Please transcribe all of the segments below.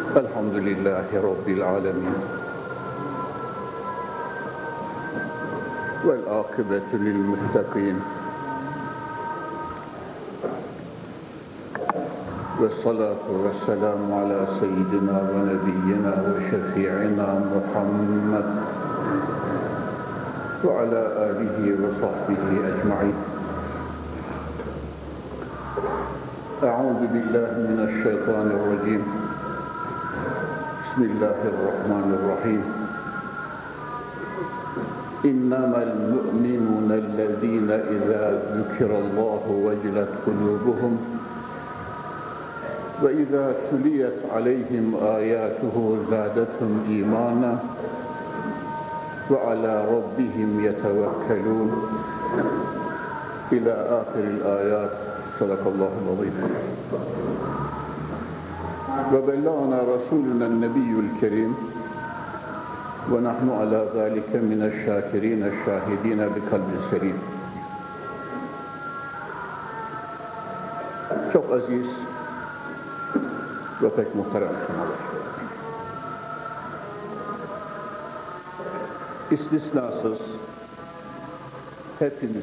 Elhamdülillahi Rabbil alemin. Vel akıbetu lil muttaqin. Ve salatu ve selamu ala seyyidina ve nebiyyina ve şefi'ina Muhammed ve ala alihi ve sahbihi ecma'in. Euzu billahi mineşşeytanirracim. Bismillahirrahmanirrahim. İnnemel mu'minûnellezîne izâ zükirallâhu vecilet kulûbuhum ve izâ tuliyet aleyhim âyâtuhu zâdethum îmâna ve alâ rabbihim yetevekkelûn ilâ âhiril âyât. Sadakallâhul azîm. Ve bellagana rasûlünen nebiyyül kerîm ve nahnu alâ zâlike mineşşâkirîne şâhidîne bi kalbin selîm. Çok aziz ve pek muhterem Müslümanlar. İstisnasız hepimiz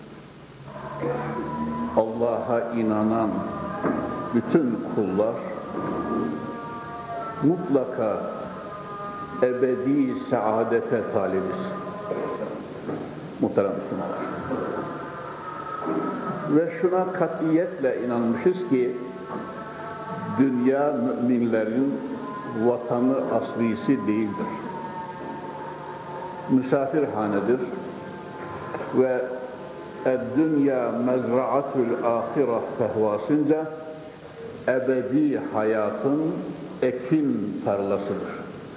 Allah'a inanan bütün kullar mutlaka ebedi saadete talibiz. Muhterem Müslümanlar. Ve şuna katiyetle inanmışız ki dünya müminlerin vatanı aslisi değildir. Misafirhanedir ve dünya mezra'atul ahire fehvasınca ebedi hayatın ekin tarlasıdır.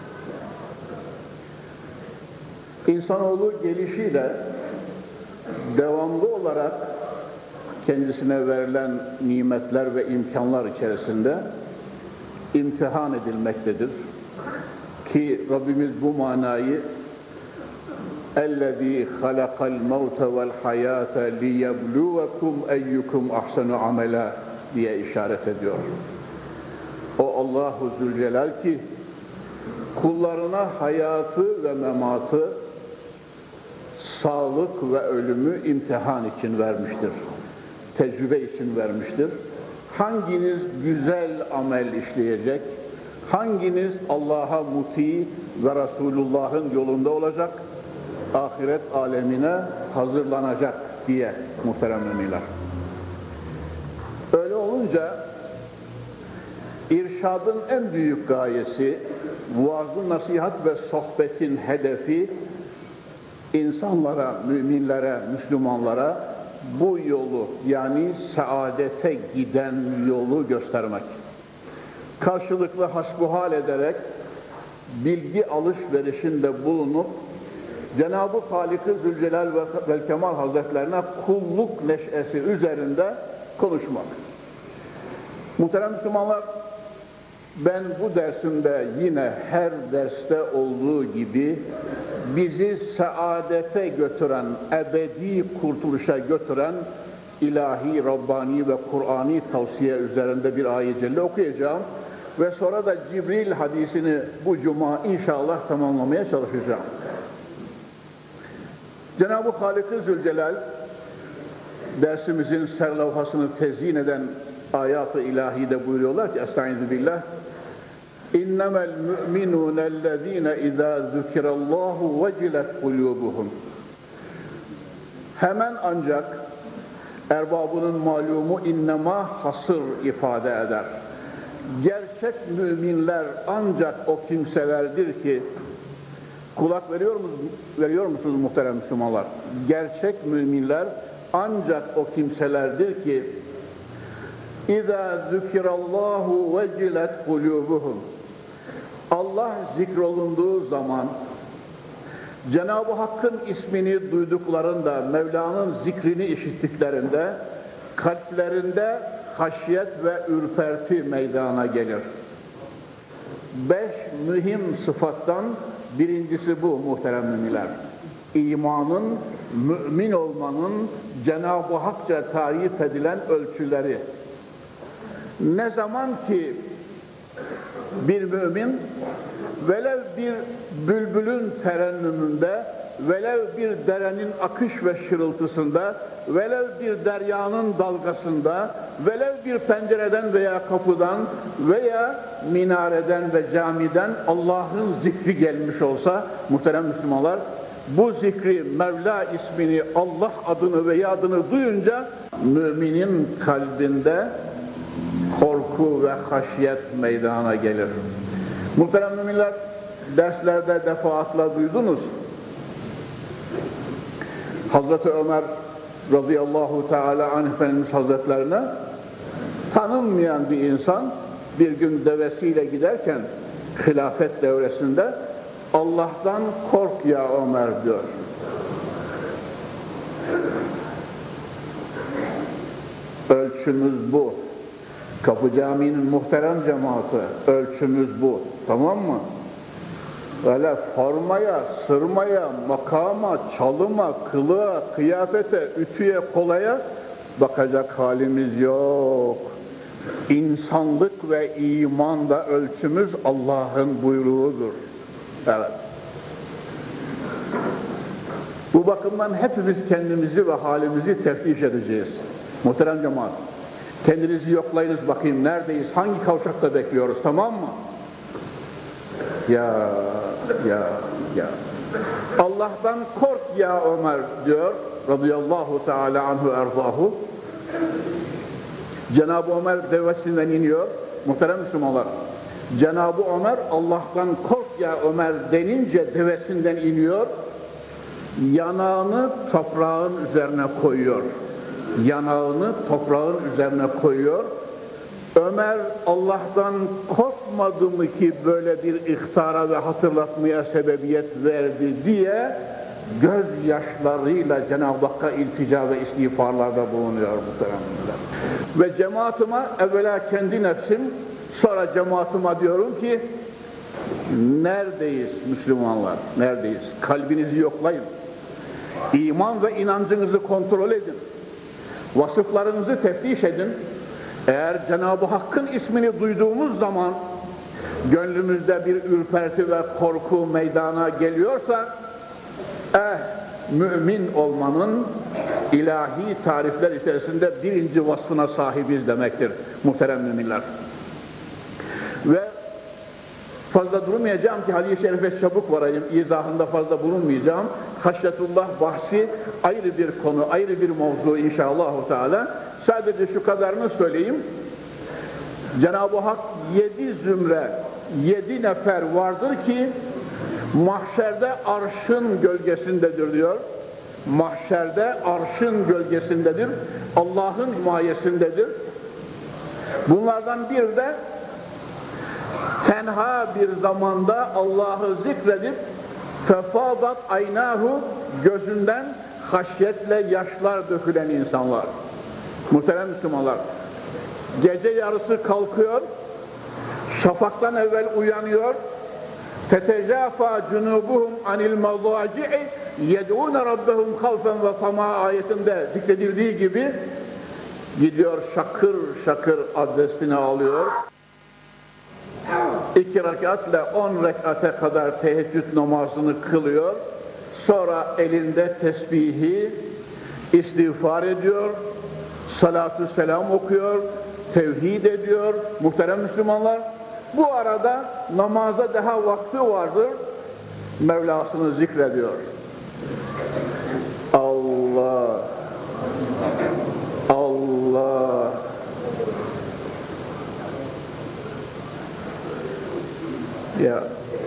İnsanoğlu gelişiyle devamlı olarak kendisine verilen nimetler ve imkanlar içerisinde imtihan edilmektedir. Ki Rabbimiz bu manayı اَلَّذ۪ي خَلَقَ الْمَوْتَ وَالْحَيَاةَ لِيَبْلُوَكُمْ اَيُّكُمْ اَحْسَنُ عَمَلًا diye işaret ediyor. O Allah-u Zülcelal ki kullarına hayatı ve mematı, sağlık ve ölümü imtihan için vermiştir. Tecrübe için vermiştir. Hanginiz güzel amel işleyecek, hanginiz Allah'a muti ve Resulullah'ın yolunda olacak, ahiret alemine hazırlanacak diye muhterem müminler. Öyle olunca irşadın en büyük gayesi, vaaz-ı nasihat ve sohbetin hedefi insanlara, müminlere, Müslümanlara bu yolu yani saadete giden yolu göstermek. Karşılıklı hasbuhal ederek bilgi alışverişinde bulunup Cenab-ı Halik-i Zülcelal ve Kemal Hazretlerine kulluk neşesi üzerinde konuşmak. Muhterem Müslümanlar, ben bu dersimde yine her derste olduğu gibi bizi saadete götüren, ebedi kurtuluşa götüren ilahi, Rabbani ve Kur'ani tavsiye üzerinde bir ayet-i celle okuyacağım ve sonra da Cibril hadisini bu cuma inşallah tamamlamaya çalışacağım. Cenab-ı Halik-i Zülcelal dersimizin serlevhasını tezyin eden ayat-ı ilahide buyuruyorlar ki Estaizu billah İnnemel mu'minûnellezîne izâ zükirallâhu vecilet kulûbuhum. Hemen ancak erbabının malumu innema hasır ifade eder. Gerçek müminler ancak o kimselerdir ki kulak veriyor musunuz muhterem Müslümanlar? Gerçek müminler ancak o kimselerdir ki İzâ zükirallâhu vecilet kulûbuhum. Allah zikrolunduğu zaman Cenab-ı Hakk'ın ismini duyduklarında, Mevla'nın zikrini işittiklerinde kalplerinde haşyet ve ürperti meydana gelir. 5 mühim sıfattan birincisi bu muhterem müminler. İmanın, mümin olmanın Cenab-ı Hak'ça tarif edilen ölçüleri. Ne zaman ki bir mümin velev bir bülbülün terennümünde, velev bir derenin akış ve şırıltısında, velev bir deryanın dalgasında, velev bir pencereden veya kapıdan veya minareden ve camiden Allah'ın zikri gelmiş olsa, muhterem Müslümanlar, bu zikri, Mevla ismini, Allah adını ve yadını duyunca müminin kalbinde korku ve haşyet meydana gelir. Muhterem müminler, derslerde defaatla duydunuz. Hazreti Ömer radıyallahu teala anh Efendimiz Hazretlerine tanınmayan bir insan bir gün devesiyle giderken hilafet devresinde Allah'tan kork ya Ömer diyor. Ölçümüz bu. Kapı Camii'nin muhterem cemaati, ölçümüz bu. Tamam mı? Öyle formaya, sırmaya, makama, çalıma, kılığa, kıyafete, ütüye, kolaya bakacak halimiz yok. İnsanlık ve imanda ölçümüz Allah'ın buyruğudur. Evet. Bu bakımdan hepimiz kendimizi ve halimizi teftiş edeceğiz. Muhterem cemaat, kendinizi yoklayınız bakayım, neredeyiz, hangi kavşakta bekliyoruz, tamam mı? Ya. Allah'tan kork ya Ömer diyor radıyallahu teala anhu erzahu. Cenab-ı Ömer devesinden iniyor. Muhterem Müslümanlar, Cenab-ı Ömer Allah'tan kork ya Ömer denince devesinden iniyor. Yanağını toprağın üzerine koyuyor. Yanağını toprağın üzerine koyuyor. Ömer Allah'tan korkmadı mı ki böyle bir ihtara ve hatırlatmaya sebebiyet verdi diye gözyaşlarıyla Cenab-ı Hakk'a iltica ve istiğfarlarda bulunuyor muhteremler. Ve cemaatime, evvela kendi nefsim, sonra cemaatime diyorum ki neredeyiz Müslümanlar, neredeyiz? Kalbinizi yoklayın. İman ve inancınızı kontrol edin. Vasıflarınızı teftiş edin. Eğer Cenab-ı Hakk'ın ismini duyduğumuz zaman gönlümüzde bir ürperti ve korku meydana geliyorsa mümin olmanın ilahi tarifler içerisinde birinci vasfına sahibiz demektir muhterem müminler. Ve fazla durmayacağım ki hadis-i şerife çabuk varayım, izahında fazla bulunmayacağım. Haşyetullah bahsi ayrı bir konu, ayrı bir mevzu inşallahü teala. Sadece şu kadarını söyleyeyim. Cenab-ı Hak 7 zümre, 7 nefer vardır ki mahşerde arşın gölgesindedir diyor. Mahşerde arşın gölgesindedir. Allah'ın himayesindedir. Bunlardan bir de tenha bir zamanda Allah'ı zikredip fefadat aynahu, gözünden haşyetle yaşlar dökülen insanlar. Muhterem Müslümanlar, gece yarısı kalkıyor, şafaktan evvel uyanıyor, tetecafa cunubuhum anil madaci'i yed'ûne rabbehum havfen ve tamâ ayetinde zikredildiği gibi gidiyor şakır şakır adresini alıyor. 2 rekatla 10 rekate kadar teheccüd namazını kılıyor. Sonra elinde tesbihi istiğfar ediyor, salatü selam okuyor, tevhid ediyor. Muhterem Müslümanlar, bu arada namaza daha vakti vardır, Mevlasını zikrediyor. Allah, Allah. Ya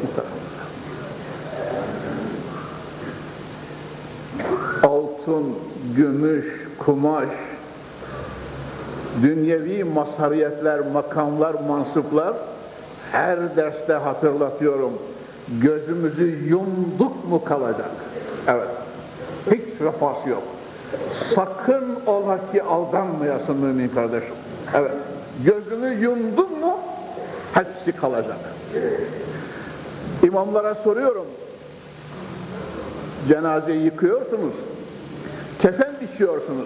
altın, gümüş, kumaş, dünyevi mazhariyetler, makamlar, mansıplar, her derste hatırlatıyorum, gözümüzü yumduk mu kalacak? Evet, hiç vefası yok. Sakın ola ki aldanmayasın mümin kardeşim. Evet, gözünü yumdun mu hepsi kalacak. İmamlara soruyorum, cenazeyi yıkıyorsunuz, kefen biçiyorsunuz,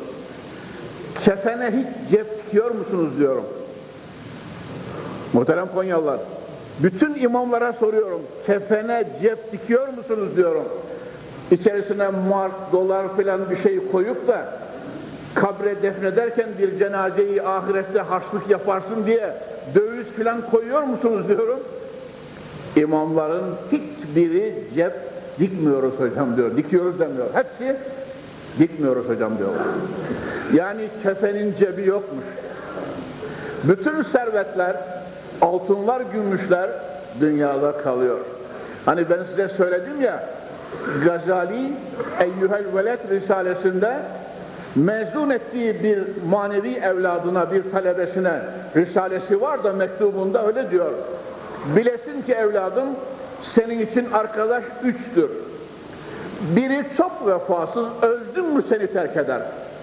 kefene hiç cep dikiyor musunuz diyorum. Muhterem Konyalılar, Bütün imamlara soruyorum, kefene cep dikiyor musunuz diyorum. İçerisine mark, dolar filan bir şey koyup da kabre defnederken bir cenazeyi ahirette harçlık yaparsın diye döviz filan koyuyor musunuz diyorum. İmamların hiçbiri cep dikmiyoruz hocam diyor. Dikiyoruz demiyor. Hepsi dikmiyoruz hocam diyorlar. Yani kefenin cebi yokmuş. Bütün servetler, altınlar, gümüşler dünyada kalıyor. Hani ben size söyledim ya, Gazali Eyyuhel Veled Risalesinde mezun ettiği bir manevi evladına, bir talebesine risalesi var da mektubunda öyle diyor. Bilesin ki evladım, senin için arkadaş üçtür. Biri çok vefasız, öldün mü seni terk eder.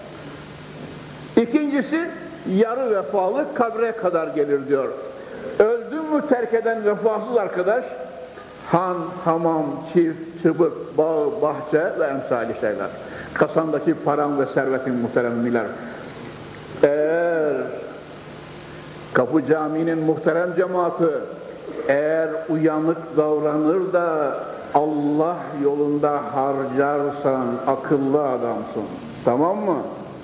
İkincisi yarı vefalı, kabre kadar gelir diyor. Öldün mü terk eden vefasız arkadaş, han, hamam, çift, çıbık, bağ, bahçe ve emsali şeyler. Kasandaki paran ve servetin muhteremler. Eğer Kapı Camii'nin muhterem cemaati eğer uyanık davranır da Allah yolunda harcarsan akıllı adamsın. Tamam mı?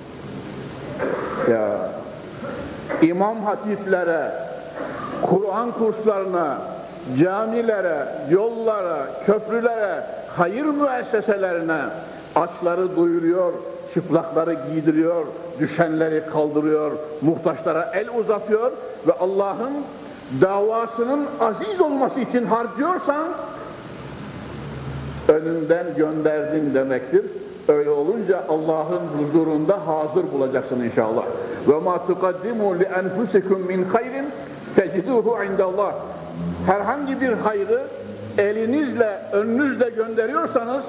Ya imam hatipleri, Kur'an kurslarına, camilere, yollara, köprülere, hayır müesseselerine açları doyuruyor, çıplakları giydiriyor, düşenleri kaldırıyor, muhtaçlara el uzatıyor ve Allah'ın davasının aziz olması için harcıyorsan önünden gönderdin demektir. Öyle olunca Allah'ın huzurunda hazır bulacaksın inşallah. Ve ma tuqaddimu li enfusikum min hayrin teciduhu indallah. Herhangi bir hayrı elinizle, önünüzle gönderiyorsanız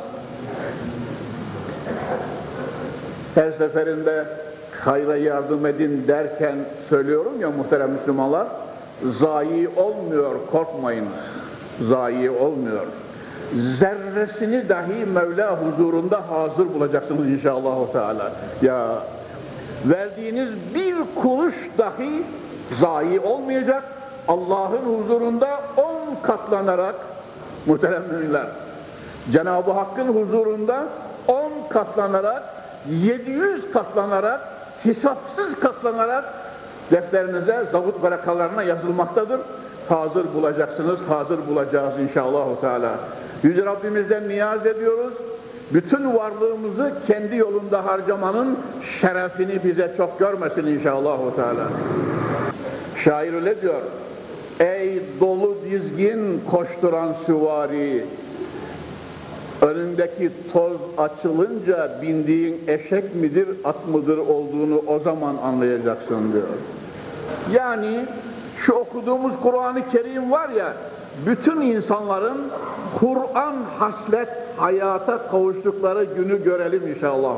her seferinde hayra yardım edin derken söylüyorum ya muhterem Müslümanlar, zayi olmuyor, korkmayın. Zayi olmuyor. Zerresini dahi Mevla huzurunda hazır bulacaksınız inşallah Teala. Ya verdiğiniz bir kuruş dahi zayi olmayacak. Allah'ın huzurunda 10 katlanarak muhterem müminler, Cenab-ı Hakk'ın huzurunda 10 katlanarak, 700 katlanarak, hesapsız katlanarak defterinize, zabıt varakalarına yazılmaktadır. Hazır bulacaksınız, hazır bulacağız inşallah Teala. Yüce Rabbimizden niyaz ediyoruz. Bütün varlığımızı kendi yolunda harcamanın şerefini bize çok görmesin inşallah Teala. Şair öyle diyor. Ey dolu dizgin koşturan süvari, önündeki toz açılınca bindiğin eşek midir, at mıdır olduğunu o zaman anlayacaksın diyor. Yani şu okuduğumuz Kur'an-ı Kerim var ya, bütün insanların Kur'an haslet hayata kavuştukları günü görelim inşallah.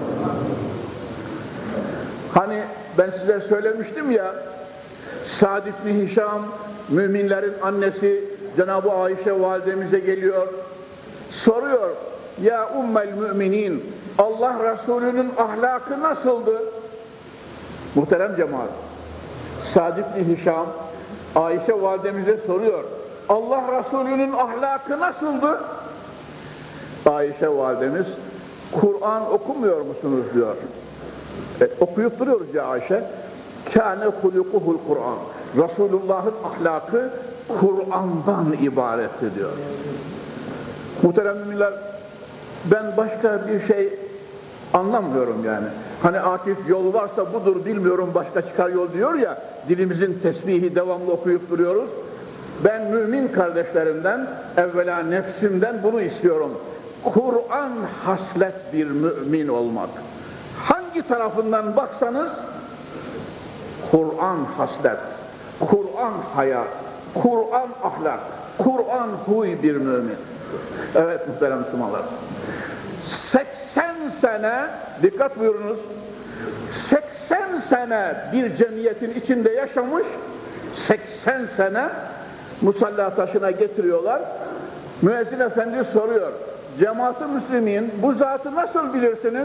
Hani ben size söylemiştim ya, Sa'd ibn Hişam, müminlerin annesi Cenab-ı Ayşe validemize geliyor, soruyor, ya ummel müminin, Allah Resulü'nün ahlakı nasıldı? Muhterem cemaat, Sa'd ibn Hişam Ayşe validemize soruyor, Allah Resulü'nün ahlakı nasıldı? Ayşe validemiz, Kur'an okumuyor musunuz diyor. Okuyup duruyoruz ya Ayşe. Kâne hulukuhul Kur'an. Resulullah'ın ahlakı Kur'an'dan ibaretti diyor. Muhterem müminler, ben başka bir şey anlamıyorum yani. Hani Akif yol varsa budur, bilmiyorum başka çıkar yol diyor ya, dilimizin tesbihi devamlı okuyup duruyoruz. Ben mümin kardeşlerimden, evvela nefsimden bunu istiyorum. Kur'an haslet bir mümin olmak. Hangi tarafından baksanız, Kur'an haslet, Kur'an hayat, Kur'an ahlak, Kur'an huy bir mümin. Evet muhterem Müslümanlar. 80 sene, dikkat buyurunuz, 80 sene bir cemiyetin içinde yaşamış, 80 sene musalla taşına getiriyorlar. Müezzin efendi soruyor, cemaat-ı müslimin bu zatı nasıl bilirsiniz?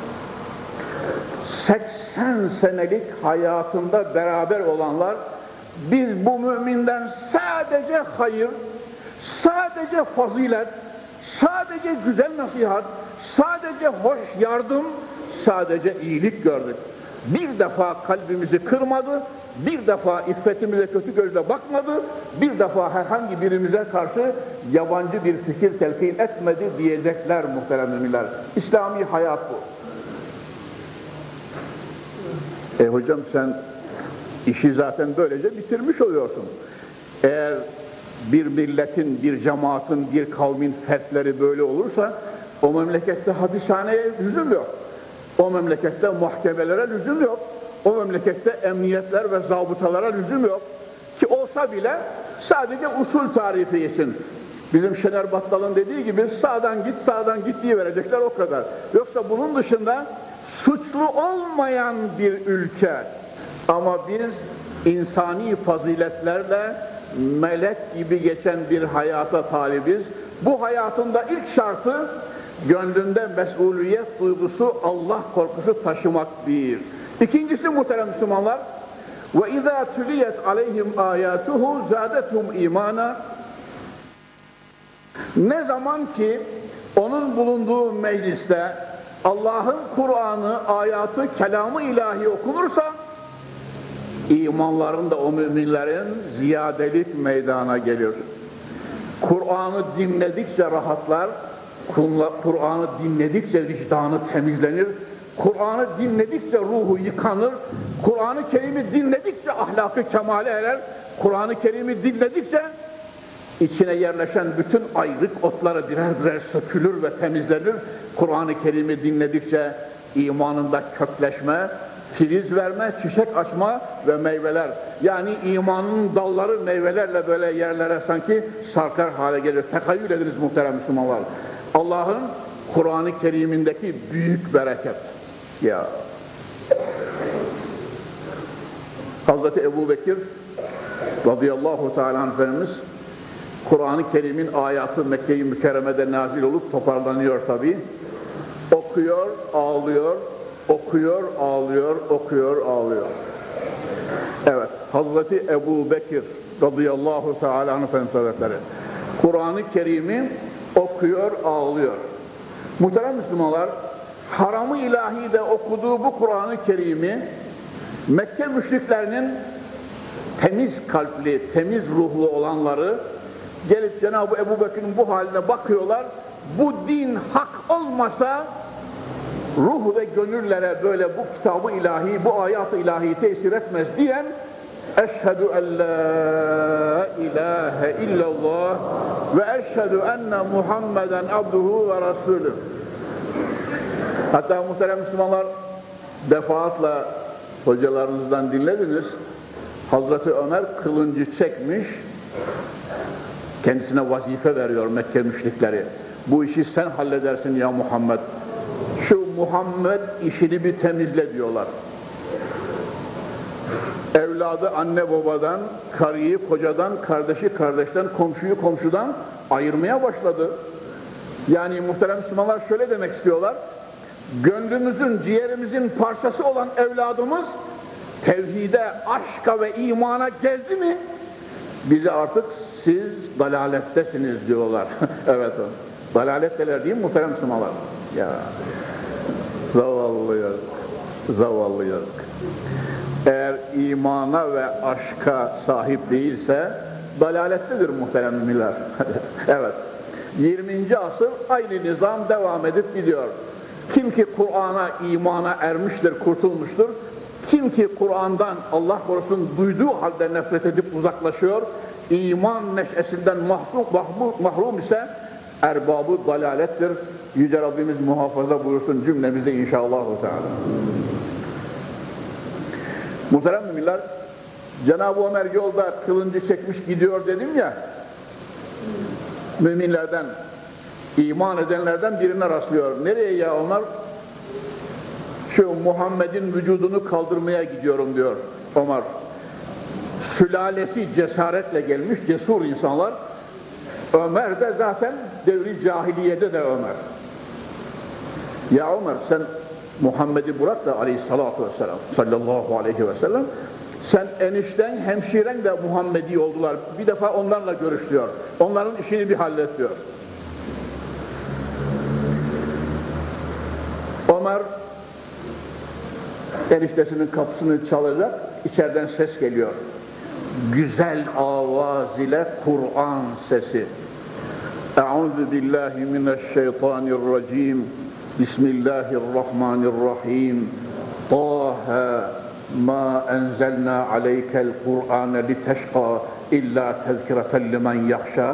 80 senelik hayatında beraber olanlar biz bu müminden sadece hayır, sadece fazilet, sadece güzel nasihat, sadece hoş yardım, sadece iyilik gördük. Bir defa kalbimizi kırmadı, bir defa iffetimize kötü gözle bakmadı, bir defa herhangi birimize karşı yabancı bir fikir telkin etmedi diyecekler muhterem müminler. İslami hayat bu. Hocam sen işi zaten böylece bitirmiş oluyorsun. Eğer bir milletin, bir cemaatin, bir kavmin fertleri böyle olursa o memlekette hapishaneye lüzum yok. O memlekette mahkemelere lüzum yok. O memlekette emniyetler ve zabıtalara lüzum yok. Ki olsa bile sadece usul tarifi için. Bizim Şener Battal'ın dediği gibi sağdan git diye verecekler, o kadar. Yoksa bunun dışında suçlu olmayan bir ülke. Ama biz insani faziletlerle melek gibi geçen bir hayata talibiz. Bu hayatın da ilk şartı gönlünde mesuliyet duygusu, Allah korkusu taşımak bir. İkincisi muhterem Müslümanlar, وَاِذَا تُلِيَتْ عَلَيْهِمْ آيَاتُهُ زَادَتْهُمْ اِيمَانًا. Ne zaman ki onun bulunduğu mecliste Allah'ın Kur'an'ı, ayatı, kelamı ilahi okunursa imanlarında o müminlerin ziyadelik meydana gelir. Kur'an'ı dinledikçe rahatlar, Kur'an'ı dinledikçe vicdanı temizlenir, Kur'an'ı dinledikçe ruhu yıkanır, Kur'an-ı Kerim'i dinledikçe ahlakı kemale erer, Kur'an-ı Kerim'i dinledikçe içine yerleşen bütün ayrık otları birer birer sökülür ve temizlenir. Kur'an-ı Kerim'i dinledikçe imanında kökleşme, filiz verme, çiçek açma ve meyveler. Yani imanın dalları meyvelerle böyle yerlere sanki sarkar hale gelir. Tekayyül ediniz muhterem Müslümanlar. Allah'ın Kur'an-ı Kerim'indeki büyük bereket. Ya Hazreti Ebu Bekir radıyallahu teala anh Efendimiz Kur'an-ı Kerim'in ayatı Mekke-i Mükerreme'de nazil olup toparlanıyor tabi. Okuyor, ağlıyor, okuyor, ağlıyor, okuyor, ağlıyor. Evet, Hazreti Ebu Bekir radıyallahu teala anh Efendimiz Hazretleri Kur'an-ı Kerim'i okuyor, ağlıyor. Muhterem Müslümanlar, haram-ı ilahide okuduğu bu Kur'an-ı Kerim'i Mekke müşriklerinin temiz kalpli, temiz ruhlu olanları gelip Cenab-ı Ebu Bekir'in bu haline bakıyorlar. Bu din hak olmasa ruh ve gönüllere böyle bu kitabı ilahi, bu ayat-ı ilahi tesir etmez diyen eşhedü en la ilahe illallah ve eşhedü enne Muhammeden abduhu ve rasulü. Hatta muhterem Müslümanlar, defaatle hocalarınızdan dinlediniz, Hazreti Ömer kılıncı çekmiş, kendisine vazife veriyor Mekke müşrikleri. Bu işi sen halledersin ya Muhammed. Şu Muhammed işini bir temizle diyorlar. Evladı anne babadan, karıyı kocadan, kardeşi kardeşten, komşuyu komşudan ayırmaya başladı. Yani muhterem Müslümanlar şöyle demek istiyorlar. Gönlümüzün, ciğerimizin parçası olan evladımız tevhide, aşka ve imana geldi mi bizi artık siz dalalettesiniz diyorlar. Evet o. Dalaletteler değil mi muhterem Müslümanlar? Ya zavallı yazık. Zavallı yazık. Eğer imana ve aşka sahip değilse dalalettedir muhterem müminler. Evet. 20. asır aynı nizam devam edip gidiyor. Kim ki Kur'an'a, imana ermiştir, kurtulmuştur. Kim ki Kur'an'dan Allah korusun duyduğu halde nefret edip uzaklaşıyor, iman neşesinden mahrum ise erbabı dalalettir. Yüce Rabbimiz muhafaza buyursun cümlemizi inşallah. Muhterem müminler, Cenab-ı Ömer yolda kılıncı çekmiş gidiyor dedim ya, müminlerden, iman edenlerden birine rastlıyor. Nereye ya Ömer? Şu Muhammed'in vücudunu kaldırmaya gidiyorum diyor Ömer. Sülalesi cesaretle gelmiş, cesur insanlar. Ömer de zaten devri cahiliyede de Ömer. Ya Ömer sen Muhammed'i bırak da aleyhissalatu vesselam sallallahu aleyhi ve sellem Sen enişten, hemşiren de Muhammedi oldular. Bir defa onlarla görüş diyor. Onların işini bir hallet diyor. Ömer eniştesinin kapısını çalacak. İçeriden ses geliyor. Güzel avaz ile Kur'an sesi. Euzu billahi mineşşeytanirracim. Bismillahirrahmanirrahim. Taha ma enzelna aleykel Kur'ane liteşqa illa tezkireten limen yahşa.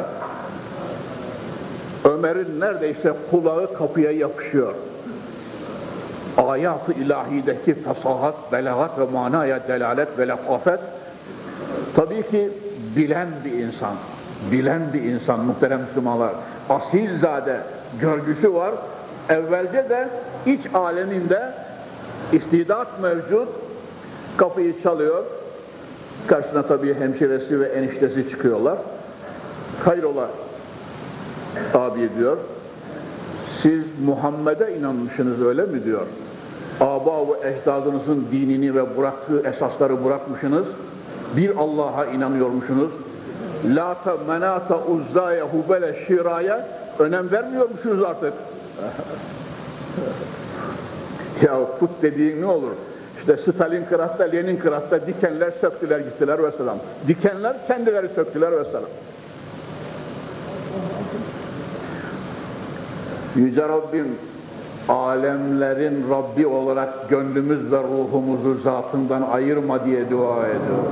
Ömer'in neredeyse kulağı kapıya yapışıyor. Ayat-ı ilahideki fesahat, belagat ve manaya delalet ve letafet, tabii ki bilen bir insan muhterem Müslümanlar. Asilzade görgüsü var. Evvelce de iç aleminde istidat mevcut. Kapıyı çalıyor. Karşısına tabii hemşiresi ve eniştesi çıkıyorlar. Hayrola abi diyor. Siz Muhammed'e inanmışsınız öyle mi diyor. Aba-u ecdadınızın dinini ve bıraktığı esasları bırakmışsınız. Bir Allah'a inanıyormuşsunuz. Lata, Menata, Uzza'ya, Hubel'e, Şira'ya önem vermiyormuşsunuz artık. Ya put dediğin ne olur? İşte Stalingrad'da, Leningrad'da dikenler söktüler gittiler vesselam. Dikenler kendileri söktüler vesselam. Yüce Rabbim alemlerin Rabbi olarak gönlümüz ve ruhumuzu zatından ayırma diye dua ediyor.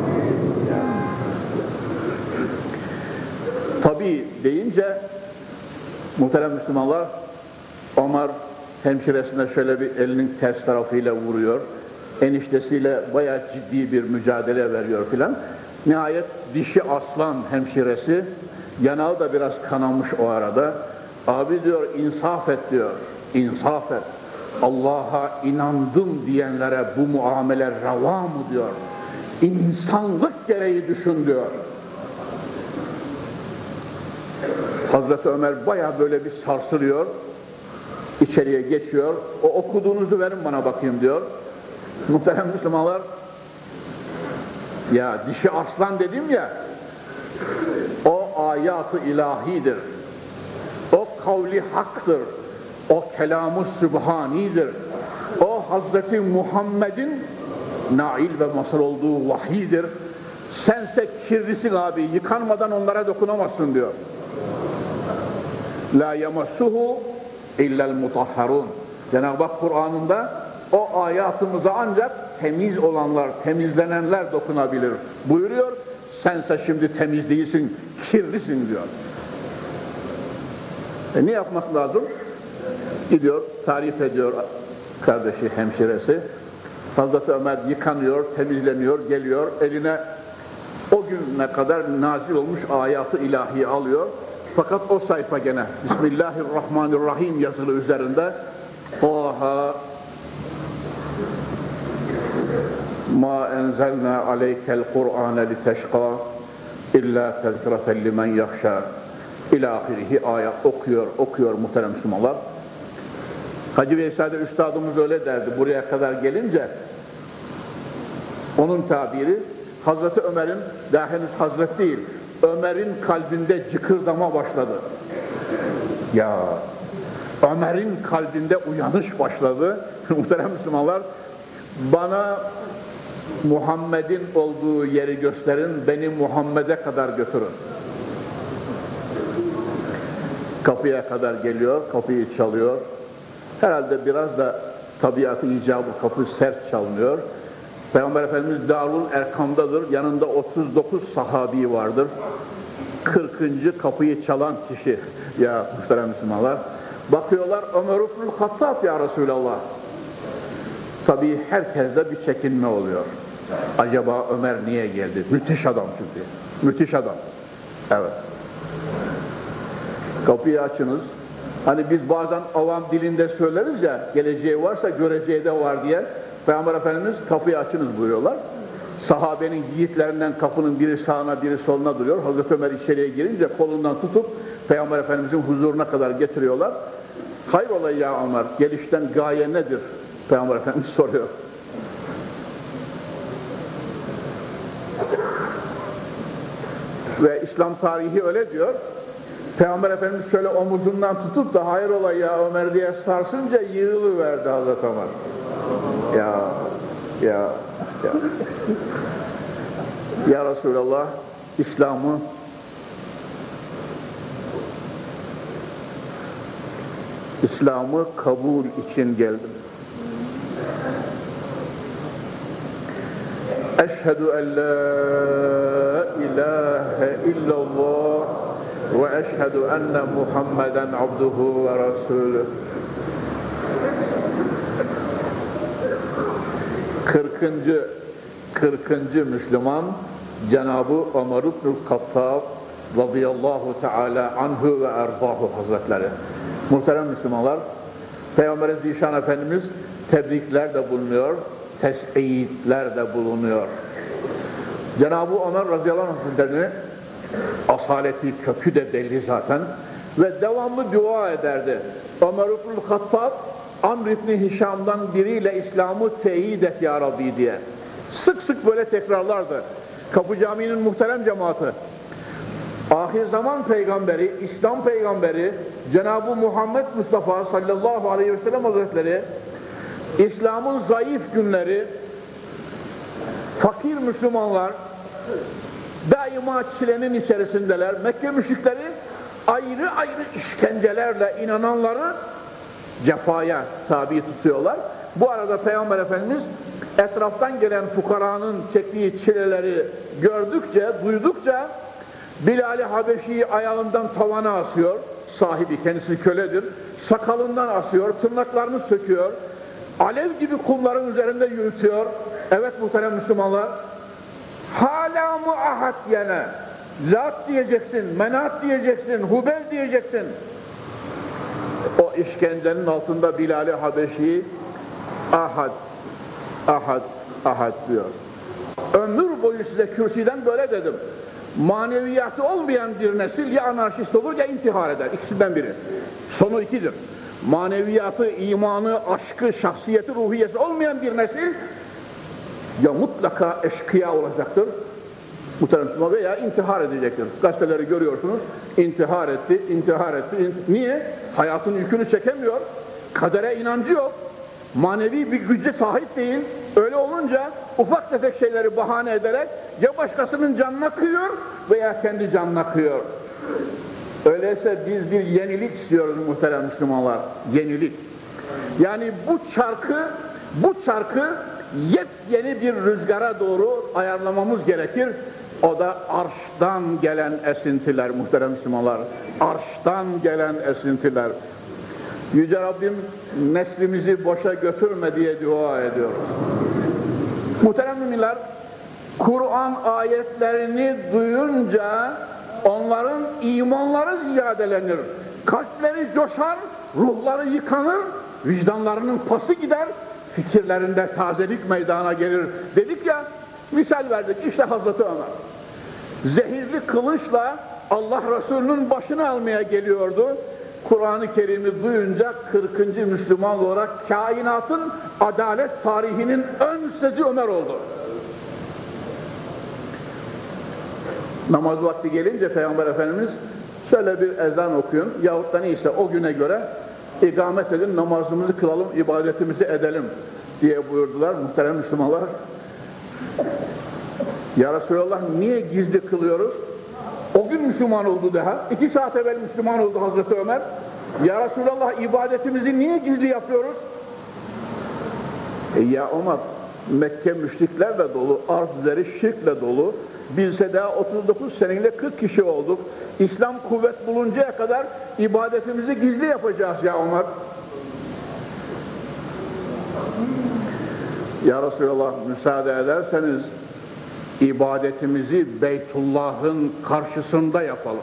Tabii deyince muhterem Müslümanlar, Ömer hemşiresine şöyle bir elinin ters tarafıyla vuruyor. Eniştesiyle bayağı ciddi bir mücadele veriyor filan. Nihayet dişi aslan hemşiresi, yanağı da biraz kanamış o arada. Abi diyor, insaf et diyor, insaf et. Allah'a inandım diyenlere bu muamele reva mı diyor. İnsanlık gereği düşün diyor. Hazreti Ömer bayağı böyle bir sarsılıyor. İçeriye geçiyor. O okuduğunuzu verin bana bakayım diyor. Muhterem Müslümanlar, ya dişi aslan dedim ya, o ayat-ı ilahidir. O kavli haktır. O kelam-ı sübhanidir. O Hazreti Muhammed'in nail ve masal olduğu vahidir. Sense kirlisin abi, yıkanmadan onlara dokunamazsın diyor. La yemassuhu illel mutahharun. Cenab-ı Hak Kur'an'ında o ayatımıza ancak temiz olanlar, temizlenenler dokunabilir buyuruyor. Sense şimdi temiz değilsin, kirlisin diyor. Ne yapmak lazım? Gidiyor, tarif ediyor kardeşi, hemşiresi. Hazreti Ömer yıkanıyor, temizleniyor, geliyor, eline o güne kadar nazil olmuş ayatı ilahi alıyor. Fakat o sayfa gene Bismillahirrahmanirrahim yazılı üzerinde Taha ma enzelna aleykel Kur'ane liteşqa illa tezkireten limen yahşa ilahirihi ayet okuyor muhterem Müslümanlar. Hacı Veysade Üstadımız öyle derdi buraya kadar gelince. Onun tabiri Hazreti Ömer'in, daha henüz Hazret değil, Ömer'in kalbinde cıkırdama başladı. Ya Ömer'in kalbinde uyanış başladı. Muhterem Müslümanlar, bana Muhammed'in olduğu yeri gösterin, beni Muhammed'e kadar götürün. Kapıya kadar geliyor, kapıyı çalıyor. Herhalde biraz da tabiatı icabı kapı sert çalınıyor. Peygamber Efendimiz Darul Erkam'dadır. Yanında 39 sahabi vardır. 40. kapıyı çalan kişi. Ya muhterem Müslümanlar. Bakıyorlar Ömer ibnül Hattab ya Resulallah. Tabii herkeste bir çekinme oluyor. Acaba Ömer niye geldi? Müthiş adam çünkü. Müthiş adam. Evet. Kapıyı açınız. Hani biz bazen avam dilinde söyleriz ya, geleceği varsa göreceği de var diye. Peygamber Efendimiz kapıyı açınız buyuruyorlar. Sahabenin yiğitlerinden kapının biri sağına biri soluna duruyor. Hazreti Ömer içeriye girince kolundan tutup Peygamber Efendimizin huzuruna kadar getiriyorlar. Hayrola ya Ömer, gelişten gaye nedir? Peygamber Efendimiz soruyor. Ve İslam tarihi öyle diyor. Peygamber Efendimiz şöyle omuzundan tutup da hayrola ya Ömer diye sarsınca yığılıverdi Hazreti Ömer. Ya Resulallah, İslam'ı kabul için geldim. Eşhedü en la ilahe illallah ve eşhedü enne Muhammeden abduhu ve rasulüh. 40. Müslüman Cenab-ı Ömer ibn Hattab radıyallahu teala anhu ve erdahu hazretleri. Muhterem Müslümanlar, Peygamber-i Zişan Efendimiz tebrikler de bulunuyor, tes'iyitler de bulunuyor. Cenab-ı Ömer radıyallahu anh hazretlerini asaleti, kökü de belli zaten ve devamlı dua ederdi. Ömer ibn Hattab Amr ibn Hişam'dan biriyle İslam'ı teyit et ya Rabbi diye. Sık sık böyle tekrarlardı. Kapı Camii'nin muhterem cemaati, ahir zaman peygamberi, İslam peygamberi Cenab-ı Muhammed Mustafa sallallahu aleyhi ve sellem hazretleri İslam'ın zayıf günleri, fakir Müslümanlar daima çilenin içerisindeler. Mekke müşrikleri ayrı ayrı işkencelerle inananları cefaya tabi tutuyorlar. Bu arada Peygamber Efendimiz etraftan gelen fukaranın çektiği çileleri gördükçe, duydukça Bilal-i Habeşi'yi ayağından tavana asıyor. Sahibi, kendisi köledir. Sakalından asıyor, tırnaklarını söküyor. Alev gibi kumların üzerinde yürütüyor. Evet muhterem Müslümanlar, hala mı ahad yine? Zat diyeceksin, menat diyeceksin, hubel diyeceksin. O işkencenin altında Bilal-i Habeşi ahad, ahad, ahad diyor. Ömür boyu size kürsüden böyle dedim. Maneviyatı olmayan bir nesil ya anarşist olur ya intihar eder. İkisinden biri. Sonu ikidir. Maneviyatı, imanı, aşkı, şahsiyeti, ruhiyesi olmayan bir nesil ya mutlaka eşkıya olacaktır. Muhterem veya intihar edecektir. Gazeteleri görüyorsunuz. İntihar etti, intihar etti. Niye? Hayatın yükünü çekemiyor. Kadere inancı yok. Manevi bir güce sahip değil. Öyle olunca ufak tefek şeyleri bahane ederek ya başkasının canına kıyıyor veya kendi canına kıyıyor. Öyleyse biz bir yenilik istiyoruz muhterem Müslümanlar. Yenilik. Yani bu çarkı yepyeni bir rüzgara doğru ayarlamamız gerekir. O da arştan gelen esintiler muhterem Müslümanlar. Arştan gelen esintiler. Yüce Rabbim neslimizi boşa götürme diye dua ediyoruz. Muhterem müminler, Kur'an ayetlerini duyunca onların imanları ziyadelenir. Kalpleri coşar, ruhları yıkanır, vicdanlarının pası gider, fikirlerinde tazelik meydana gelir. Dedik ya, misal verdik, işte Hazreti Ömer. Zehirli kılıçla Allah Resulü'nün başını almaya geliyordu. Kur'an-ı Kerim'i duyunca 40. Müslüman olarak kainatın adalet tarihinin ön sözü Ömer oldu. Namaz vakti gelince Peygamber Efendimiz şöyle bir ezan okuyun yahut da neyse o güne göre ikamet edin, namazımızı kılalım, ibadetimizi edelim diye buyurdular muhterem Müslümanlar. Ya Resulallah niye gizli kılıyoruz? O gün Müslüman oldu daha. 2 saat evvel Müslüman oldu Hazreti Ömer. Ya Resulallah ibadetimizi niye gizli yapıyoruz? Ya Ömer, Mekke müşriklerle dolu, arz üzeri şirkle dolu. Bizse daha 39 seneyle 40 kişi olduk. İslam kuvvet buluncaya kadar ibadetimizi gizli yapacağız ya Ömer. Ya Resulallah müsaade ederseniz ibadetimizi Beytullah'ın karşısında yapalım.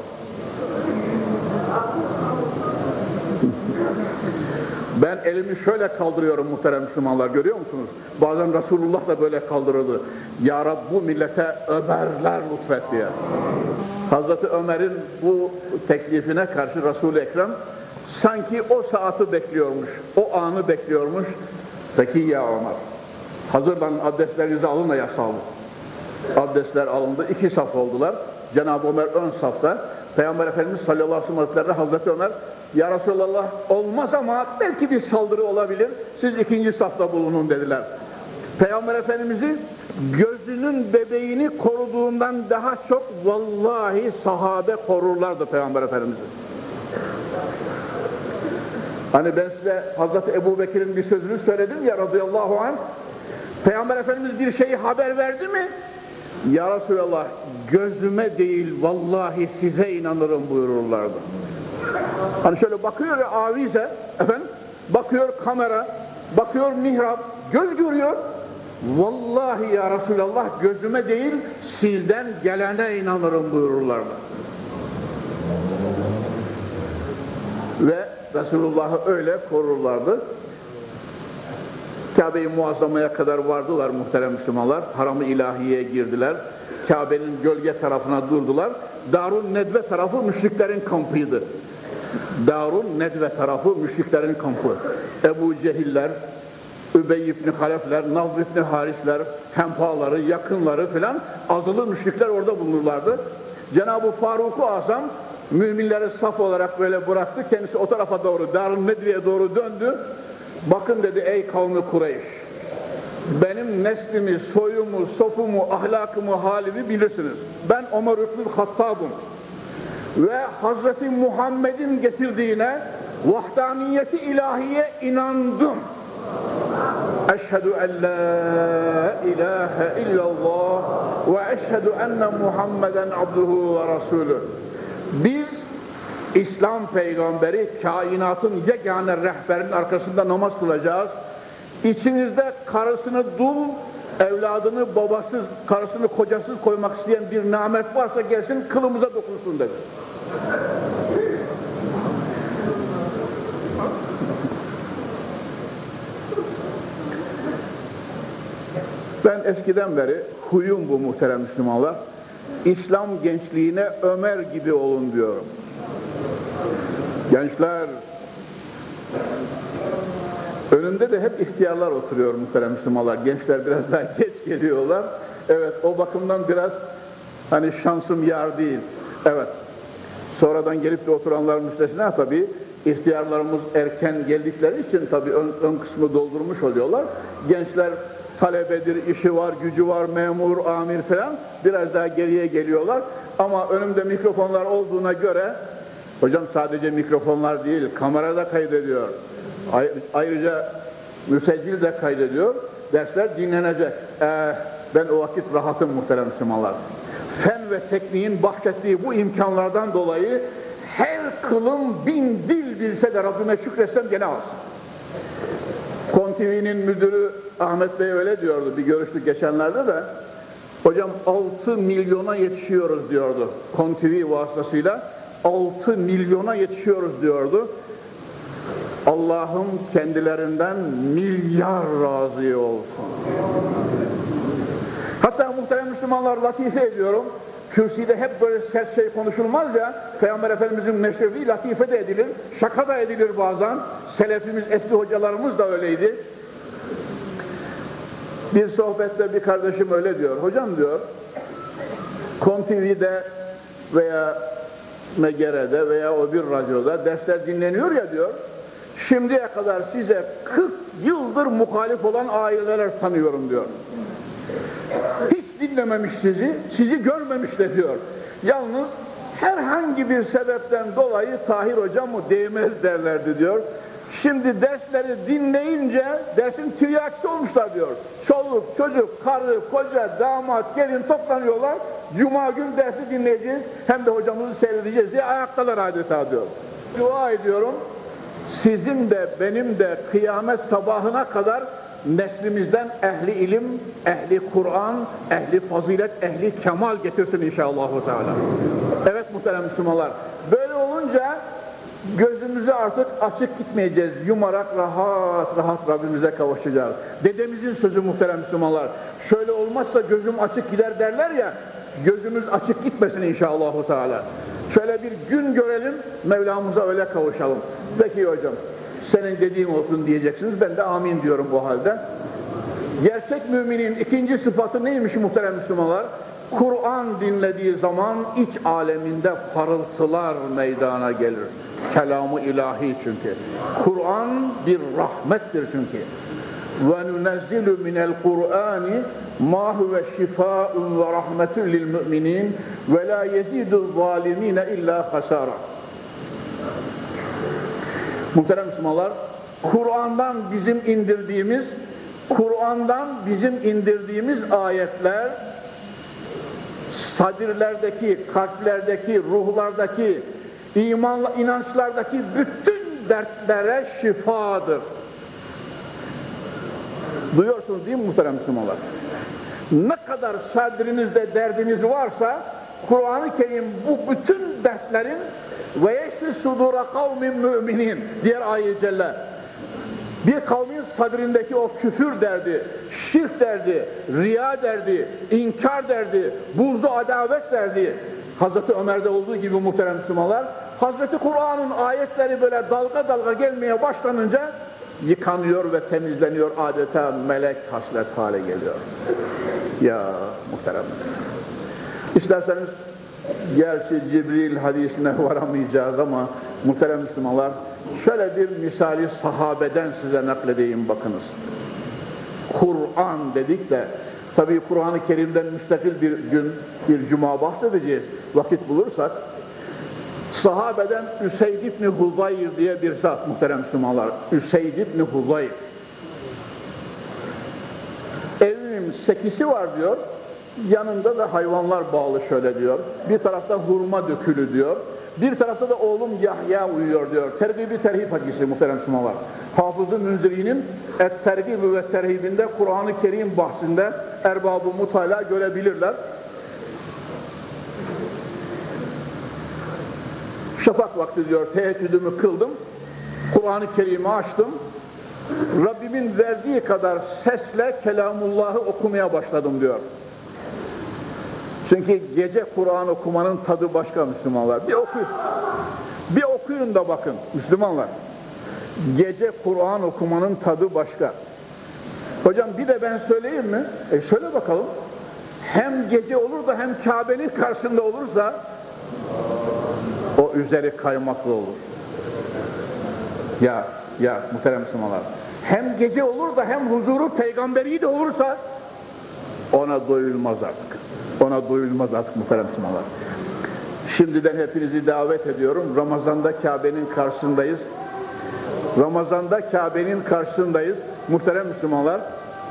Ben elimi şöyle kaldırıyorum muhterem Müslümanlar, görüyor musunuz? Bazen Resulullah da böyle kaldırırdı. Ya Rabbi bu millete Ömerler lütfet diye. Hazreti Ömer'in bu teklifine karşı Resul-i Ekrem sanki o saati bekliyormuş, o anı bekliyormuş. Peki ya Ömer, hazırlanın, abdestlerinizi alın da yasalım. Abdestler alındı, 2 saf oldular. Cenab-ı Ömer ön safta. Peygamber Efendimiz sallallahu aleyhi ve sellem Hazreti Ömer, ya Resulallah olmaz ama belki bir saldırı olabilir, siz ikinci safta bulunun dediler. Peygamber Efendimiz'i gözünün bebeğini koruduğundan daha çok vallahi sahabe korurlardı Peygamber Efendimiz'i. Hani ben size Hazreti Ebu Bekir'in bir sözünü söyledim ya radıyallahu anh, Peygamber Efendimiz bir şeyi haber verdi mi? Ya Resulallah gözüme değil vallahi size inanırım buyururlardı. Hani şöyle bakıyor ya avize, efendim, bakıyor kamera, bakıyor mihrap, göz görüyor. Vallahi ya Resulallah gözüme değil sizden gelene inanırım buyururlardı. Ve Resulullah'ı öyle korurlardı. Kabe-i Muazzama'ya kadar vardılar muhterem Müslümanlar. Haram-ı İlahiye'ye girdiler. Kabe'nin gölge tarafına durdular. Darun Nedve tarafı müşriklerin kampıydı. Darun Nedve tarafı müşriklerin kampı. Ebu Cehiller, Übey ibn Halefler, Nazr ibn Harisler, hempaları, yakınları filan azılı müşrikler orada bulunurlardı. Cenab-ı Faruk-u Azam müminleri saf olarak böyle bıraktı. Kendisi o tarafa doğru, Darun Nedve'ye doğru döndü. Bakın dedi ey kavmi Kureyş, benim neslimi, soyumu, sofumu, ahlakımı, halimi bilirsiniz. Ben Ömer İbnül Hattab'ım ve Hazreti Muhammed'in getirdiğine vahdaniyeti ilahiye inandım. Eşhedü en la ilahe illallah ve eşhedü enne Muhammeden abduhu ve rasulü. Biz İslam peygamberi, kainatın yegane rehberinin arkasında namaz kılacağız. İçinizde karısını dul, evladını babasız, karısını kocasız koymak isteyen bir namert varsa gelsin kılımıza dokunsun dedi. Ben eskiden beri huyum bu muhterem Müslümanlar. İslam gençliğine Ömer gibi olun diyorum. Gençler, önünde de hep ihtiyarlar oturuyor muhterem Müslümanlar. Gençler biraz daha geç geliyorlar. Evet, o bakımdan biraz hani şansım yar değil. Evet, sonradan gelip de oturanlar müstesna tabii. İhtiyarlarımız erken geldikleri için tabii ön kısmı doldurmuş oluyorlar. Gençler talebedir, işi var, gücü var, memur, amir falan biraz daha geriye geliyorlar. Ama önümde mikrofonlar olduğuna göre, hocam sadece mikrofonlar değil, kamerada kaydediyor. Ayrıca müseccil de kaydediyor. Dersler dinlenecek. Ben o vakit rahatım muhterem Müslümanlar. Fen ve tekniğin bahşettiği bu imkanlardan dolayı her kılım 1000 dil bilse de Rabbime şükretsem gene az. KonTV'nin müdürü Ahmet Bey öyle diyordu, bir görüştük geçenlerde de. Hocam 6 milyona yetişiyoruz diyordu. KonTV vasıtasıyla 6 milyona yetişiyoruz diyordu. Allah'ım kendilerinden milyar razı olsun. Hatta muhterem Müslümanlar latife ediyorum. Kürsüde hep böyle sert şey konuşulmaz ya, Peygamber Efendimizin meşrefi latife de edilir, şaka da edilir bazen. Selefimiz, eski hocalarımız da öyleydi. Bir sohbette bir kardeşim öyle diyor, hocam diyor, KonTV'de veya Megere'de veya o bir radyoda dersler dinleniyor ya diyor, şimdiye kadar size 40 yıldır muhalif olan aileler tanıyorum diyor. Hiç dinlememiş sizi görmemiş de diyor. Yalnız herhangi bir sebepten dolayı Tahir hocam mı değmez derlerdi diyor. Şimdi dersleri dinleyince dersin tiryakisi olmuşlar diyor. Çoluk, çocuk, karı, koca, damat, gelin toplanıyorlar. Cuma gün dersi dinleyeceğiz. Hem de hocamızı seyredeceğiz diye ayaktalar adeta diyor. Dua ediyorum. Sizin de benim de kıyamet sabahına kadar neslimizden ehli ilim, ehli Kur'an, ehli fazilet, ehli kemal getirsin inşallah. Evet muhterem Müslümanlar. Böyle olunca gözümüzü artık açık gitmeyeceğiz. Yumarak rahat rahat Rabbimize kavuşacağız. Dedemizin sözü muhterem Müslümanlar. Şöyle olmazsa gözüm açık gider derler ya. Gözümüz açık gitmesin inşallah. Şöyle bir gün görelim, Mevlamıza öyle kavuşalım. Peki hocam, senin dediğin olsun diyeceksiniz. Ben de amin diyorum bu halde. Gerçek müminin ikinci sıfatı neymiş muhterem Müslümanlar? Kur'an dinlediği zaman iç aleminde parıltılar meydana gelir. Kelam-ı ilahi çünkü. Kur'an bir rahmettir çünkü. وَنُنَزِّلُ مِنَ الْقُرْآنِ مَا هُوَ شِفَاءٌ وَرَحْمَةٌ لِلْمُؤْمِنِينَ وَلَا يَزِيدُ الظَّالِمِينَ إِلَّا خَسَارًا. Muhterem Müslümanlar, Kur'an'dan bizim indirdiğimiz ayetler sadirlerdeki, kalplerdeki, ruhlardaki, inançlardaki bütün dertlere şifadır. Duyuyorsunuz değil mi muhterem Müslümanlar? Ne kadar sadrinizde derdiniz varsa Kur'an-ı Kerim bu bütün dertlerin ve yeşfi sudura kavmin müminin diğer ayet-i celle. Bir kavmin sadrindeki o küfür derdi, şirk derdi, riya derdi, inkar derdi, buğzu adavet derdi. Hazreti Ömer'de olduğu gibi muhterem Müslümanlar, Hazreti Kur'an'ın ayetleri böyle dalga dalga gelmeye başlanınca yıkanıyor ve temizleniyor, adeta melek haslet hale geliyor. Ya muhterem. İsterseniz gerçi Cibril hadisine varamayacağız ama muhterem Müslümanlar, şöyle bir misali sahabeden size nakledeyim bakınız. Kur'an dedik de, tabii Kur'an-ı Kerim'den müstakil bir gün, bir cuma bahsedeceğiz, vakit bulursak. Sahabeden Üseyd ibn Huzayr diye bir zat muhterem Müslümanlar. Üseyd ibn Huzayr. Evimin sekisi var diyor, yanında da hayvanlar bağlı şöyle diyor. Bir tarafta hurma dökülü diyor. Bir tarafta da oğlum Yahya uyuyor diyor. Tergib-i terhib hadisi muhterem Müslümanlar. Hafız-ı Münziri'nin Et-Tergib ve Terhib'inde Kur'an-ı Kerim bahsinde erbab-ı mutala görebilirler. Şafak vakti diyor, teheccüdümü kıldım, Kur'an-ı Kerim'i açtım, Rabbimin verdiği kadar sesle Kelamullah'ı okumaya başladım diyor. Çünkü gece Kur'an okumanın tadı başka Müslümanlar. Bir okuyun da bakın Müslümanlar. Gece Kur'an okumanın tadı başka. Hocam bir de ben söyleyeyim mi? Söyle bakalım. Hem gece olur da hem Kabe'nin karşısında olursa o üzeri kaymaklı olur. Ya muhterem Müslümanlar. Hem gece olur da hem huzuru peygamberi de olursa ona doyulmaz artık. Ona doyulmaz artık muhterem Müslümanlar. Şimdiden hepinizi davet ediyorum. Ramazan'da Kabe'nin karşısındayız. Ramazan'da Kabe'nin karşısındayız. Muhterem Müslümanlar.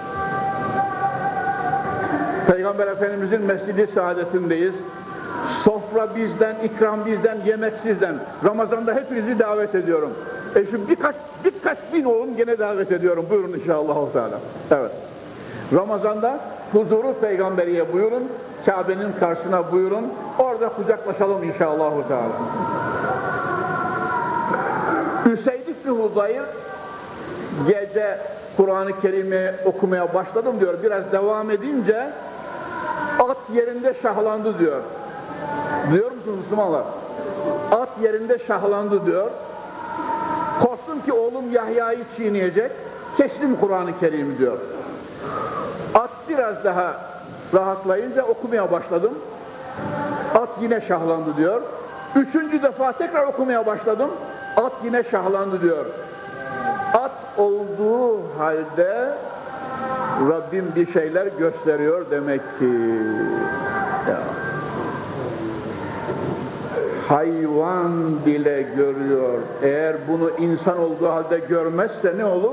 Peygamber Efendimizin Mescid-i Saadet'indeyiz. Sofra bizden, ikram bizden, yemek sizden. Ramazan'da hepinizi davet ediyorum. Şimdi birkaç bin olun gene davet ediyorum. Buyurun inşallah. Evet. Ramazan'da huzuru peygamberiye buyurun. Kabe'nin karşısına buyurun. Orada kucaklaşalım inşallah. Üseyd ibn Huzayr gece Kur'an-ı Kerim'i okumaya başladım diyor. Biraz devam edince at yerinde şahlandı diyor. Duyuyor musunuz Müslümanlar? At yerinde şahlandı diyor. Korktum ki oğlum Yahya'yı çiğneyecek. Kestim Kur'an-ı Kerim'i diyor. At biraz daha rahatlayınca okumaya başladım. At yine şahlandı diyor. Üçüncü defa tekrar okumaya başladım. At yine şahlandı diyor. At olduğu halde Rabbim bir şeyler gösteriyor demek ki. Ya. Hayvan bile görüyor. Eğer bunu insan olduğu halde görmezse ne olur?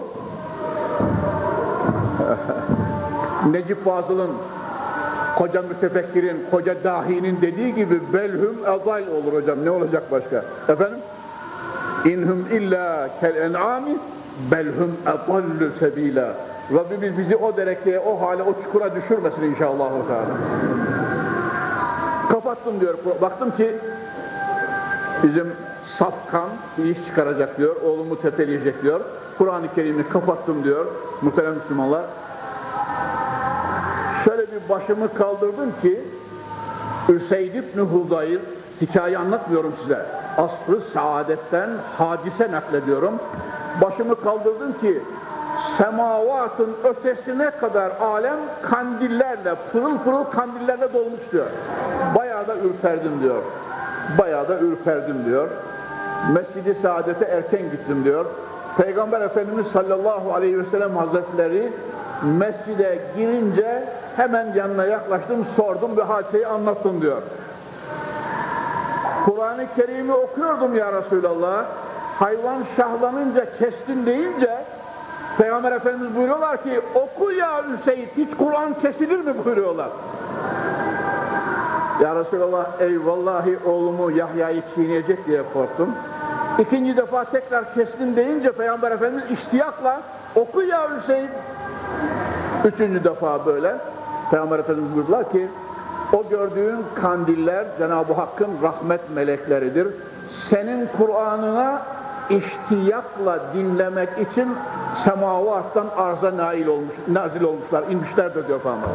Necip Fazıl'ın, koca mütefekkirin, koca dahinin dediği gibi belhum adal olur hocam. Ne olacak başka? Efendim? İnhum illa kel en'ami belhum adallu sebila. Rabbimiz bizi o derekliğe, o hale, o çukura düşürmesin inşallah. Kapattım diyor. Baktım ki bizim safkan bir iş çıkaracak diyor. Oğlumu tepeleyecek diyor. Kur'an-ı Kerim'i kapattım diyor. Muhterem Müslümanlar. Şöyle bir başımı kaldırdım ki Üseyd ibn Huzayr, hikaye anlatmıyorum size. Asr-ı saadetten hadise naklediyorum. Başımı kaldırdım ki semavatın ötesine kadar alem kandillerle, pırıl pırıl kandillerle dolmuş diyor. Bayağı da ürperdim diyor. Bayağı da ürperdim diyor. Mescid-i Saadet'e erken gittim diyor. Peygamber Efendimiz sallallahu aleyhi ve sellem Hazretleri mescide girince hemen yanına yaklaştım, sordum ve hadiseyi anlattım diyor. Kur'an-ı Kerim'i okuyordum ya Resulallah. Hayvan şahlanınca kestin deyince Peygamber Efendimiz buyuruyorlar ki oku ya Hüseyin, hiç Kur'an kesilir mi buyuruyorlar. Ya Resulallah, eyvallahi oğlumu Yahya'yı çiğneyecek diye korktum. İkinci defa tekrar kestin deyince Peygamber Efendimiz iştiyakla oku ya Hüseyin. Üçüncü defa böyle Peygamber Efendimiz buyurdular ki o gördüğün kandiller Cenab-ı Hakk'ın rahmet melekleridir. Senin Kur'an'ına iştiyakla dinlemek için semavattan arza nazil olmuşlar, inmişlerdir diyor Peygamber.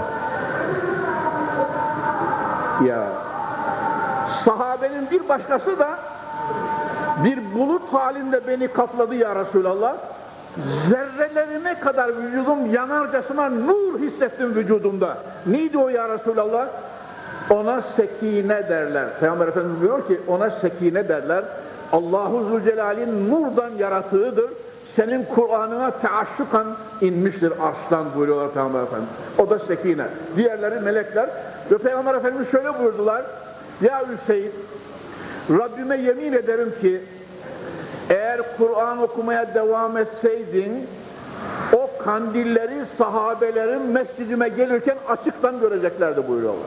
Ya sahabenin bir başkası da bir bulut halinde beni kapladı ya Resulallah. Zerrelerime kadar vücudum yanarcasına nur hissettim vücudumda. Neydi o ya Resulallah? Ona sekine derler. Peygamber Efendimiz diyor ki ona sekine derler. Allahu Zülcelal'in nurdan yaratığıdır. Senin Kur'an'ına teaşşukan inmiştir arştan buyuruyorlar Peygamber Efendimiz. O da sekine. Diğerleri melekler. Ve Peygamber Efendimiz şöyle buyurdular. Ya Hüseyin, Rabbime yemin ederim ki eğer Kur'an okumaya devam etseydin o kandilleri sahabelerin mescidime gelirken açıktan göreceklerdi buyuruyorlar.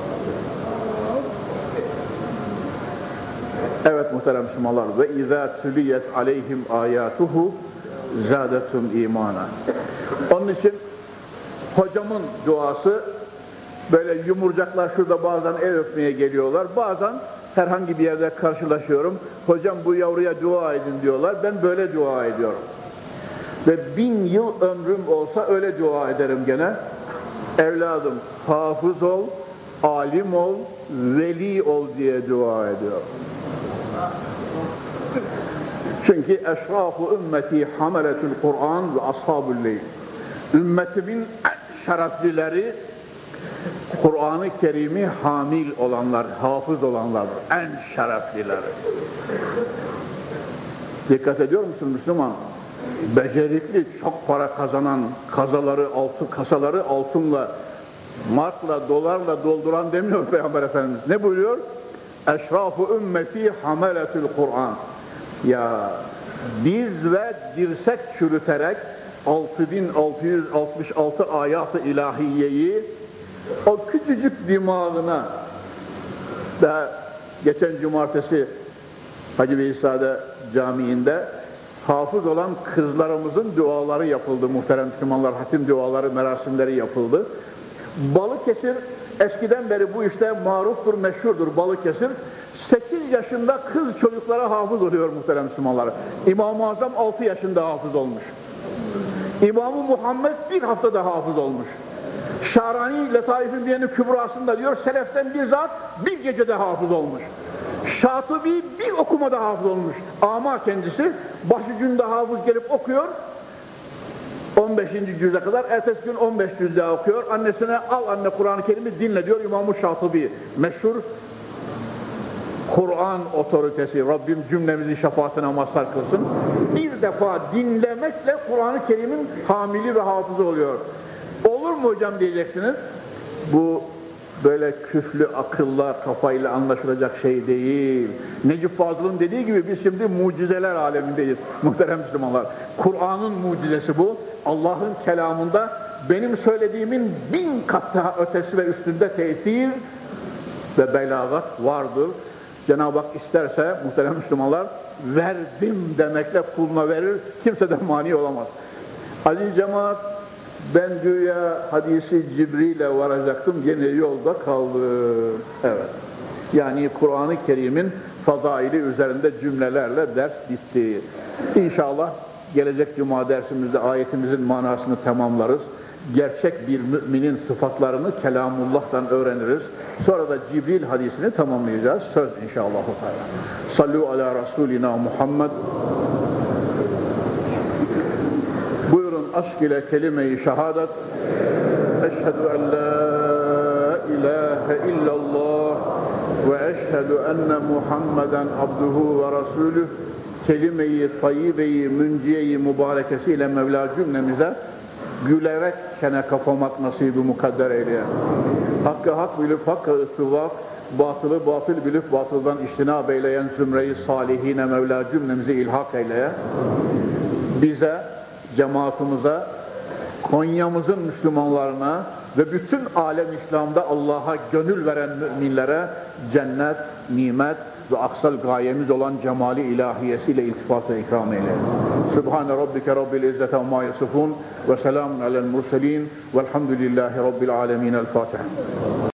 Evet muhterem Müslümanlar, ve izâ tüliyet aleyhim âyâtuhu zâdetum imana. Onun için hocamın duası, böyle yumurcaklar şurada bazen el öpmeye geliyorlar, bazen herhangi bir yerde karşılaşıyorum, hocam bu yavruya dua edin diyorlar, ben böyle dua ediyorum. Ve 1000 yıl ömrüm olsa öyle dua ederim gene. Evladım hafız ol, alim ol, veli ol diye dua ediyorum. Çünkü eşraf-ı ümmeti hameletül Kur'an ve ashabul leyl. Ümmetimin şereflileri Kur'an-ı Kerim'i hamil olanlar, hafız olanlardır. En şereflileri. Dikkat ediyor musun Müslüman? Becerikli, çok para kazanan, kasaları altınla, markla, dolarla dolduran demiyor Peygamber Efendimiz. Ne buyuruyor? Eşraf-ı ümmeti hameletül Kur'an. Ya diz ve dirsek çürüterek 6666 ayat-ı ilahiyeyi o küçücük dimağına, daha geçen cumartesi Hacı Veysade Camii'nde hafız olan kızlarımızın duaları yapıldı muhterem Müslümanlar, hatim duaları, merasimleri yapıldı. Balıkesir eskiden beri bu işte maruftur, meşhurdur Balıkesir. 8 yaşında kız çocuklara hafız oluyor muhterem Müslümanlar. İmam-ı Azam 6 yaşında hafız olmuş. İmam-ı Muhammed bir haftada hafız olmuş. Şarani Letaif'in Diyeni Kübrası'nda diyor, seleften bir zat bir gecede hafız olmuş. Şatıbi bir okumada hafız olmuş. Ama kendisi başucunda hafız gelip okuyor. 15. cüze kadar, ertesi gün 15 cüz daha okuyor. Annesine al anne Kur'an-ı Kerim'i dinle diyor İmam-ı Şatıbi. Meşhur Kur'an otoritesi. Rabbim cümlemizi şefaatine mazhar kılsın. Bir defa dinlemekle Kur'an-ı Kerim'in hamili ve hafızı oluyor. Olur mu hocam diyeceksiniz. Bu böyle küflü akılla, kafayla anlaşılacak şey değil. Necip Fazıl'ın dediği gibi biz şimdi mucizeler alemindeyiz muhterem Müslümanlar. Kur'an'ın mucizesi bu. Allah'ın kelamında benim söylediğimin 1000 kat daha ötesi ve üstünde tesir ve belagat vardır. Cenab-ı Hak isterse muhterem Müslümanlar verdim demekle kuluna verir. Kimse de mani olamaz. Aziz cemaat, ben güya hadisi Cibril'e varacaktım, yine yolda kaldım. Evet. Yani Kur'an-ı Kerim'in fazaili üzerinde cümlelerle ders bitti. İnşallah gelecek cuma dersimizde ayetimizin manasını tamamlarız. Gerçek bir müminin sıfatlarını Kelamullah'tan öğreniriz. Sonra da Cibril hadisini tamamlayacağız. Söz inşallah. Sallu ala Resulina Muhammed. Buyurun aşk ile kelime-i şehadet. Eşhedü en la ilahe illallah ve eşhedü enne Muhammeden abduhu ve rasulüh. Kelime-i tayyibe-i münciye-i mübarekesiyle Mevla cümlemize gülerek çene kapamak nasibi mukadder eyle. Hakkı hak bilip hakka ıttıvak, batılı batıl bilip batıldan iştinab eyleyen zümre-i salihine Mevla cümlemizi ilhak eyle. Bize, cemaatimize, Konya'mızın Müslümanlarına ve bütün alem İslam'da Allah'a gönül veren müminlere cennet, nimet ve aksal gayemiz olan cemali ilahiyesiyle iltifatı ikram eyle. Sübhane Rabbike Rabbil İzzete amma yasifun ve selamun alel murselin velhamdülillahi Rabbil alemin. El Fatiha.